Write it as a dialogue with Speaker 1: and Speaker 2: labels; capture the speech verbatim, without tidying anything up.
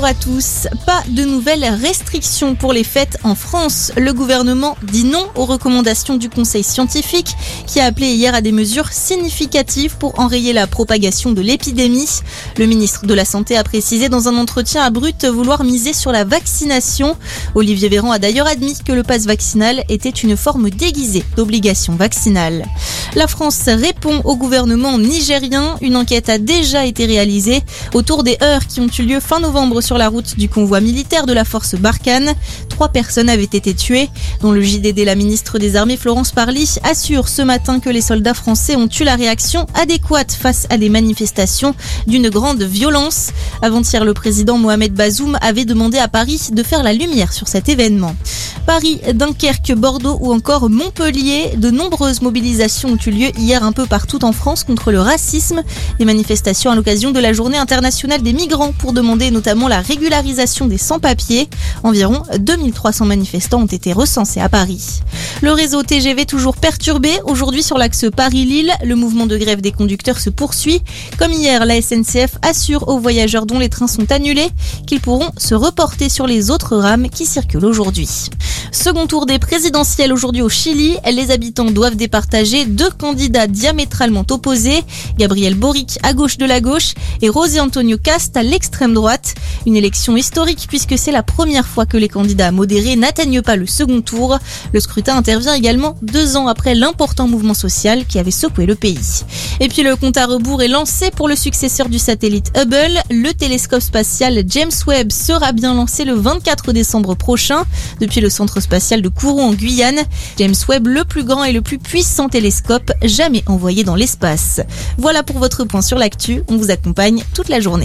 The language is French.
Speaker 1: bonjour à tous. Pas de nouvelles restrictions pour les fêtes en France. Le gouvernement dit non aux recommandations du Conseil scientifique qui a appelé hier à des mesures significatives pour enrayer la propagation de l'épidémie. Le ministre de la Santé a précisé dans un entretien à Brut vouloir miser sur la vaccination. Olivier Véran a d'ailleurs admis que le pass vaccinal était une forme déguisée d'obligation vaccinale. La France répond au gouvernement nigérien. Une enquête a déjà été réalisée autour des heurts qui ont eu lieu fin novembre sur la route du convoi militaire de la force Barkhane. Trois personnes avaient été tuées, dont le J D D. La ministre des Armées Florence Parly assure ce matin que les soldats français ont eu la réaction adéquate face à des manifestations d'une grande violence. Avant-hier, le président Mohamed Bazoum avait demandé à Paris de faire la lumière sur cet événement. Paris, Dunkerque, Bordeaux ou encore Montpellier, de nombreuses mobilisations ont eu lieu hier un peu partout en France contre le racisme. Des manifestations à l'occasion de la Journée internationale des migrants pour demander notamment la régularisation des sans-papiers. Environ deux mille trois cents manifestants ont été recensés à Paris. Le réseau T G V toujours perturbé. Aujourd'hui sur l'axe Paris-Lille, le mouvement de grève des conducteurs se poursuit. Comme hier, la S N C F assure aux voyageurs dont les trains sont annulés qu'ils pourront se reporter sur les autres rames qui circulent aujourd'hui. Second tour des présidentielles aujourd'hui au Chili. Les habitants doivent départager deux candidats diamétralement opposés. Gabriel Boric à gauche de la gauche et José Antonio Kast à l'extrême droite. Une élection historique puisque c'est la première fois que les candidats modérés n'atteignent pas le second tour. Le scrutin intervient également deux ans après l'important mouvement social qui avait secoué le pays. Et puis le compte à rebours est lancé pour le successeur du satellite Hubble. Le télescope spatial James Webb sera bien lancé le vingt-quatre décembre prochain depuis le centre spatial de Kourou en Guyane. James Webb, le plus grand et le plus puissant télescope jamais envoyé dans l'espace. Voilà pour votre point sur l'actu. On vous accompagne toute la journée.